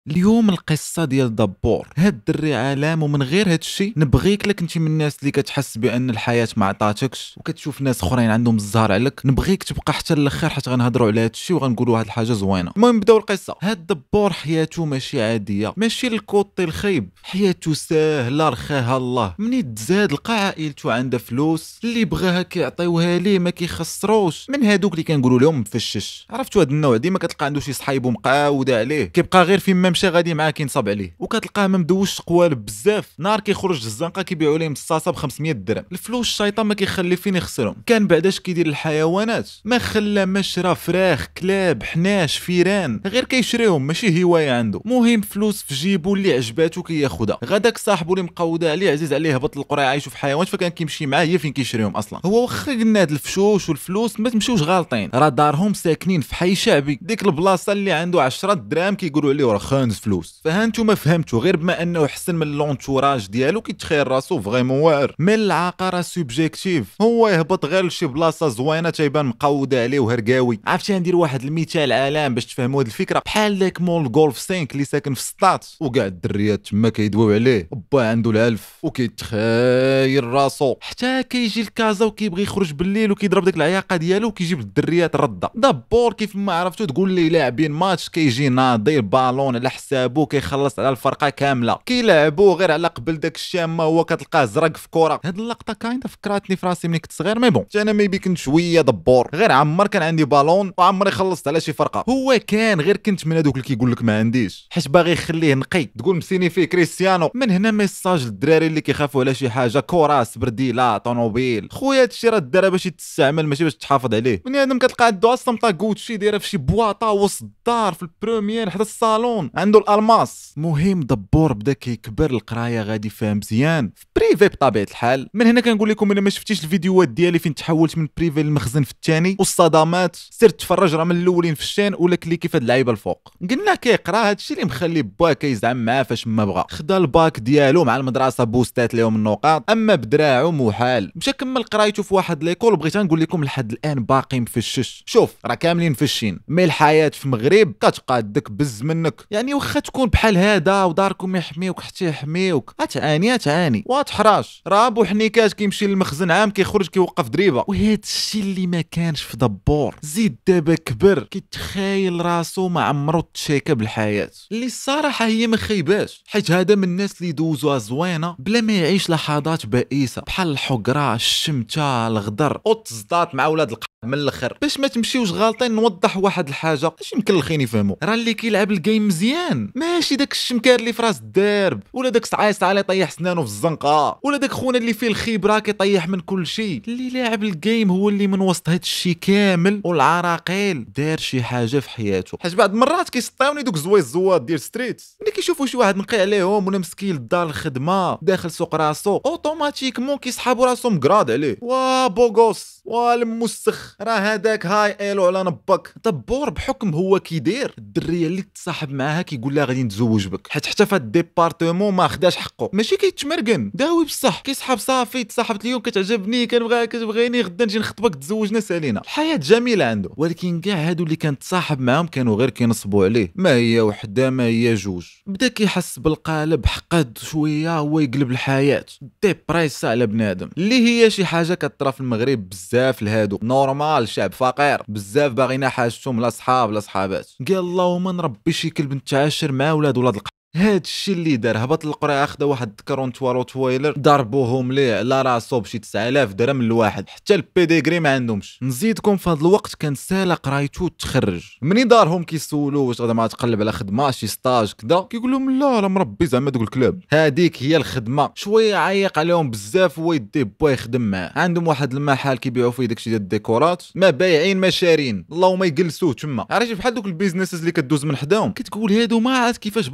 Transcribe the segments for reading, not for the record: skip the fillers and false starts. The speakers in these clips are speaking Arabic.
اليوم القصه ديال دبور. هاد الدري عالم، ومن غير هاد الشيء نبغيك لك انت من الناس اللي كتحس بان الحياه ما عطاتكش وكتشوف ناس اخرين عندهم الزهر عليك. نبغيك تبقى حتى الاخر حيت غنهضروا على هاد الشيء وغنقولوا واحد الحاجه زوينه. المهم نبداو القصه. هاد دبور حياته ماشي عاديه، ماشي الكوطي الخايب، حياته ساهله رخاها الله. مني تزاد لقى عائلته عندها فلوس، اللي بغاها كيعطيوها ليه ما كيخسروش. من هادوك اللي كنقولوا لهم مفشش. عرفتوا هاد النوع ديما كتلقى عنده شي صحايبو مقاوده عليه، كيبقى غير فين مشى غادي معاه كينصب عليه، وكتلقاه ما مدوش قوالب بزاف. نهار كيخرج الزنقه كيبيعوا ليه مصاصه ب 500 درهم. الفلوس الشيطان ما كيخلي فين يخسرهم. كان بعداش كيدير الحيوانات، ما خلى ما شرا فراخ، كلاب، حناش، فيران، غير كيشريهم ماشي هوايه عنده. مهم فلوس في جيبو اللي عجباتو كياخذها. غداك صاحبو اللي مقوده عليه عزيز عليه هبط للقرى يعيشوا في حيوانات، فكان كيمشي معاه هي فين كيشريهم اصلا. هو واخا قلنا هاد الفشوش والفلوس ما تمشيوش غالطين، راه دارهم ساكنين في حي شعبي. ديك البلاصه اللي عنده 10 دراهم كيقولوا عليه راه خانز فلوس. فهانتو فهمتوا غير بما انه حسن من لونتوراج ديالو كيتخيل راسو فريمون واعر. من العقاره سوبجيكتيف هو يهبط غير لشي بلاصه زوينه تيبان مقوده عليه وهرقاوي. عرفتي ندير واحد المثال عالم باش تفهموا هاد الفكره. بحال داك مول غولف 5 اللي ساكن في السطات، وكاع الدريات تما كيدويو عليه، با عنده العلف وكيتخايل راسو. حتى كيجي الكازا وكيبغي يخرج بالليل وكيضرب ديك العياقه ديالو وكيجيب الدريات رده. دبور كيف ما عرفتو تقول لي لاعبين ماتش كيجي ناضي البالون على حسابو، كيخلص على الفرقه كامله، كيلعبوا غير على قبل داك الشامه هو كتلقاه زرق في كره. هاد اللقطه كاينه فكراتني في راسي ملي كنت صغير. مي بون انا ميبي كنت شويه دبور، غير عمر كان عندي بالون وعمري خلصت على شي فرقه. هو كان غير كنت من هذوك اللي كيقول لك ما عنديش حيت باغي يخليه نقي، تقول مسيني فيه كريستيانو. من هنا ميساج للدراري اللي كيخافوا على شي حاجه، كراس، برديله، طوموبيل. خويا هادشي راه الدار باش يتستعمل ماشي باش تحافظ عليه. بنادم كتلقى عنده اصلا طاكوتشي دايره في شي بواطه وسط الدار في البروميير حدا الصالون، عنده الالماس. مهم دبور بدا كيكبر، القرايه غادي فيها مزيان، في بريفي بطبيعه الحال. من هنا كنقول لكم الا ما شفتيش الفيديوهات ديالي فين تحولت من بريفي للمخزن في الثاني والصدمات، سير تفرج راه من الاولين في الشين ولا كليكي في هاد اللعيبه الفوق. قلنا كيقرا هادشي اللي مخلي باه كيزعم معاه فاش ما بغا. خدا الباك ديالو مع المدرسه بوستات لهم النقاط، اما بدراعو محال. مشى كمل قرايته في واحد ليكول. بغيت نقول لكم لحد الان باقي مفشش. شوف راه كاملين مفشين، مي الحياه في المغرب كتقادك بز منك. يعني واخا تكون بحال هذا وداركم يحميوك حتى يحميوك، غتعاني وتحراش. راه بو حنيكات كيمشي للمخزن عام كيخرج كيوقف دريبه. وهذا الشيء اللي ما كانش في دبور. زيد دابا كبر كيتخايل راسو ما عمرو تشيكا بالحياه، اللي الصراحه هي ما خيباش، حيت هذا من الناس اللي دوزوها زوينه بلا ما يعيش لحظات بائسه، بحال الحقره، الشمته، الغدر والتصدات مع ولاد من الاخر. باش ما تمشيوش غالطين نوضح واحد الحاجه باش مكلخين يفهموا. راه اللي كيلعب الجيم مزيان ماشي داك الشمكار اللي في راس الدرب، ولا داك صعيص على يطيح سنانه في الزنقه، ولا داك خونا اللي فيه الخبره كيطيح من كل شيء. اللي لاعب الجيم هو اللي من وسط هاد الشيء كامل والعراقيل دار شي حاجه في حياته. حيت بعض المرات كيسطيوني دوك زوي الزوات ديال ستريت، ملي كيشوفوا شي واحد نقي عليهم ولا مسكين للدار الخدمه داخل سوق راسو اوتوماتيكمون كيسحابوا راسهم مقراد عليه. وا بوغوس والمسخ، راه هذاك هاي ايلو على نبك. دبور بحكم هو كيدير الدريه اللي تصاحب معاها كيقول لها غادي نتزوج بك، حيت حتى في هاد الديبارتمون ما خداش حقه. ماشي كيتمرقن داوي بصح، كيسحب صافي تصاحبت اليوم كتعجبني كنبغيها كتبغيني غدا نجي نخطبك تزوجنا سالينا. الحياه جميله عنده. ولكن كاع هادو اللي كان تصاحب معاهم كانوا غير كينصبوا عليه، ما هي وحده ما هي جوج. بدا كيحس بالقالب، حقد شويه هو يقلب الحياه ديبريسا على بنادم، اللي هي شي حاجه كطرا في المغرب بزاف لهادو. نورمال شعب فقير بزاف باغينا حاجتهم لا صحاب لا صحابات. قال اللهم نربي شي كلب نتعاشر مع ولاد هاد الشيء اللي دار. هبط للقريه اخذ واحد كرونتوا روتويلر ضربوهم ليه على راسو بشي 9000 درهم الواحد، حتى البيديغري ما عندهمش. نزيدكم في هذا الوقت كان سالا قرايتو تخرج. مني دارهم كيسولو واش غادا ما تقلب على خدمه شي ستاج كذا، كيقول لهم لا مربي زعما دوك الكلاب. هذيك هي الخدمه. شويه عيق عليهم بزاف هو يدي با يخدم معاه. عندهم واحد المحل كيبيعوا فيه داكشي ديال الديكورات، ما بايعين ما شارين، اللهم يجلسوه تما. عرفتي بحال دوك البيزنسز اللي كدوز من حداهم كتقول هادو ما عرفت كيفاش باقيين حالين.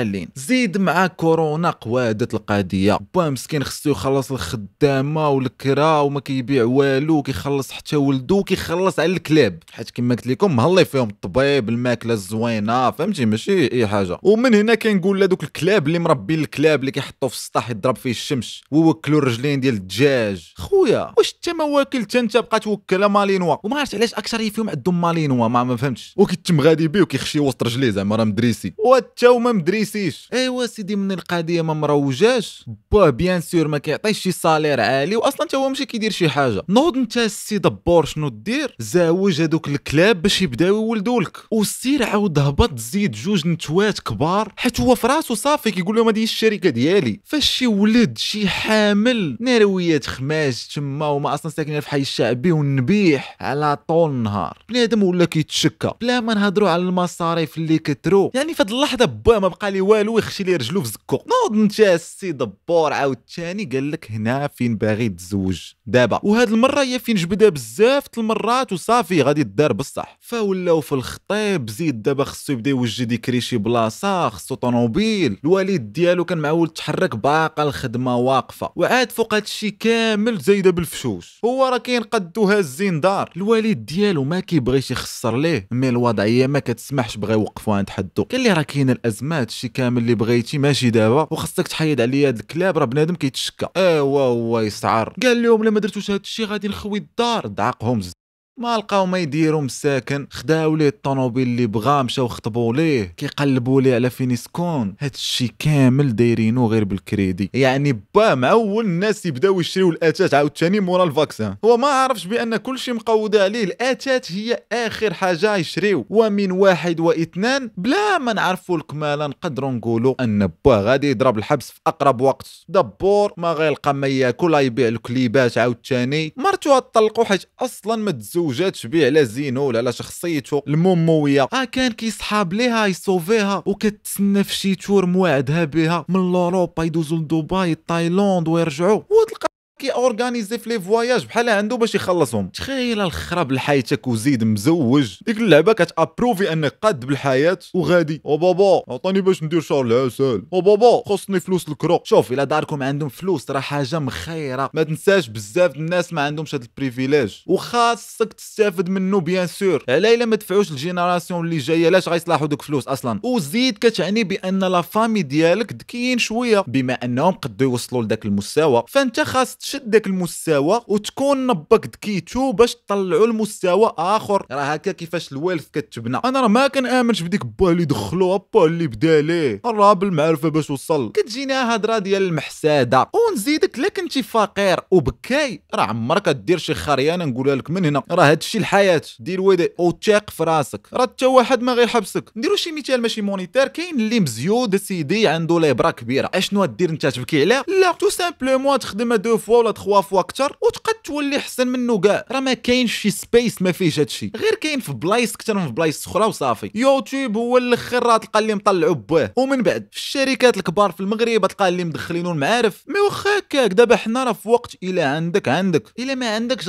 شغالين. زيد مع كورونا قوادت القضيه، با مسكين خصو يخلص الخدامه والكرا وما كيبيع والو، كيخلص حتى ولدو، كيخلص على الكلاب حيت كما قلت لكم مهلي فيهم الطبيب، الماكله الزوينه، فهمتي ماشي اي حاجه. ومن هنا كنقول لهذوك الكلاب اللي مربين الكلاب اللي كيحطوه في السطح يضرب فيه الشمس ويوكلوا الرجلين ديال الدجاج، خويا واش انت ما واكلت انت بقى توكل مالينوا؟ وما عرفتش علاش اكثر فيهم عندهم مالينوا، ما فهمتش، وكيتم غادي بيه وكيخشي وسط رجليه زعما راه مدريسي، وحتى هو ما مدريسيش. ايوا سيدي من القضيه ما مروجاش، باه بيان سور ما كيعطيش شي صالير عالي، واصلا حتى هو ماشي كيدير شي حاجه. نوض انت السي دبور شنو دير؟ زاوج هذوك الكلاب باش يبداو يولدوا لك، وسير عاود هبط زيد جوج نتوات كبار، حيت هو في راسو صافي كيقول لهم هذه هي الشركه ديالي. فاش شي ولد شي حامل نرويات خماس تما وما اصلا ساكنين في حي الشعبي والنبيح على طول النهار، بنادم ولا كيتشكى بلا ما نهضروا على المصاريف اللي كثروا. يعني في هاد اللحظه با ما بقى لي والو يخشي لي رجلو في زكو. نوض انت السي دبور عاود ثاني قال لك هنا فين باغي تزوج دابا، وهاد المره هي فين جبدها بزاف المرات وصافي غادي تدار بصح. فولاو في الخطيب زيد دابا خصو يبدا يوجد يكري شي بلاصه، خصو طوموبيل، الوالد ديالو كان معول تحرك باقا الخدمه واقفه، وعاد فوق هادشي كامل زايده بالفشوش. هو راه كاين قدو هازين دار، الوالد ديالو ما كيبغيش يخسر ليه، مي الوضعيه ما كتسمحش، بغا يوقفوا عند حدو. قال لي راه كاين الازمات، شي كامل اللي بغيتي ماشي دابا، وخصك تحيد عليا هاد الكلاب، راه بنادم كيتشكى. ايوا هو يسعر، قال لهم لا ما درتوش هادشي غادي نخوي الدار، دعقهم ما لقاو ما يديروا مساكن، خداو ليه الطوموبيل اللي بغا، مشاو خطبوا ليه، كيقلبوا ليه على فين يسكن. هادشي كامل دايرينو غير بالكريدي، يعني با معول الناس يبداو يشريو الاتات عاوتاني مورا الفاكسان. هو ما عرفش بان كلشي مقوده عليه، الاتات هي اخر حاجه يشريو. ومن واحد واثنان بلا ما نعرفوا الكماله نقدروا نقولوا ان با غادي يضرب الحبس في اقرب وقت. دبور ما غيلقى ما ياكل، يبيع الكليبات عاوتاني، مرتو طلقوا حيت اصلا ما تزوجاتش بيه على زينو ولا على شخصيته المومويه. كان كيصحاب ليها يصوفيها وكتسنى في شي تور موعدها بها من اوروبا، يدوزو لدبي تايلاند ويرجعوا، وتلقى كي اورغانيزي في لي فواياج بحال عنده باش يخلصهم. تخيل الخراب لحياتك وزيد مزوج، ديك اللعبه كتابروفي انك قاد بالحياه وغادي. او بابا عطاني باش ندير شهر العسل، او بابا خصني فلوس الكرو. شوف الا داركم عندهم فلوس راه حاجه مخيره، ما تنساش بزاف الناس ما عندهمش هذا البريفيليج، وخاصك تستافد منه بيان سور. علاه الا ما دفعوش الجينيراسيون اللي جايه لاش غيصلحوا دوك فلوس اصلا؟ وزيد كتعني بان لا فامي ديالك ذكيين شويه، بما انهم قدوا يوصلوا لذاك المستوى، فانت خاص تشد داك المستوى وتكون نبك دكيتو باش تطلعوا المستوى اخر. راه هكا كيفاش الوالد كتبنى. انا راه ما كنامنش بديك با اللي دخلوها، با اللي بدا ليه، راه بالمعرفه باش وصل. كتجينا هضره ديال المحساده. ونزيدك لا كنتي فقير وبكاي راه عمرك دير شي خريانه، نقولها لك من هنا، راه هادشي الحياه. دير ودي وثق في راسك، راه حتى واحد ما غيحبسك. نديرو شي مثال ماشي مونيتير، كاين اللي مزيود سيدي عنده ليبرا كبيره، اشنو دير انت تبكي عليه؟ لا تو سامبلومون تخدم دو فوا ولا 3 فوا اكثر وتقد تولي احسن منه كاع. راه ما كاينش شي سبيس ما فيهش هادشي، غير كاين في بلايص اكثر من في بلايص اخرى وصافي. يوتيوب هو الاخر راه تلقى اللي مطلعوا باه، ومن بعد في الشركات الكبار في المغرب تلقى اللي مدخلينو المعارف. مي واخا هكاك دابا حنا راه في وقت الا عندك الا ما عندكش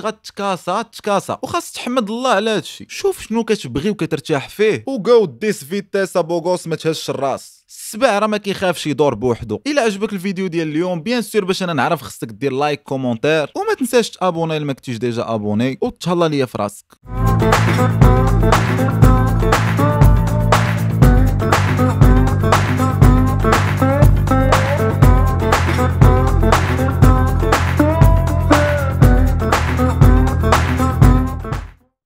غتكاسا وخاص تحمد الله على هادشي. شوف شنو كتبغي وكترتاح فيه، وكاو ديس فيتيس بوغوس ما تهزش الراس. السبع راه ما كيخافش يدور بوحدو. الا عجبك الفيديو ديال اليوم بيان سور باش انا نعرف خصك دير لايك كومونتير، وما تنساش تابوني الا ما كنتيش ديجا ابوني، وتهلا ليا في راسك.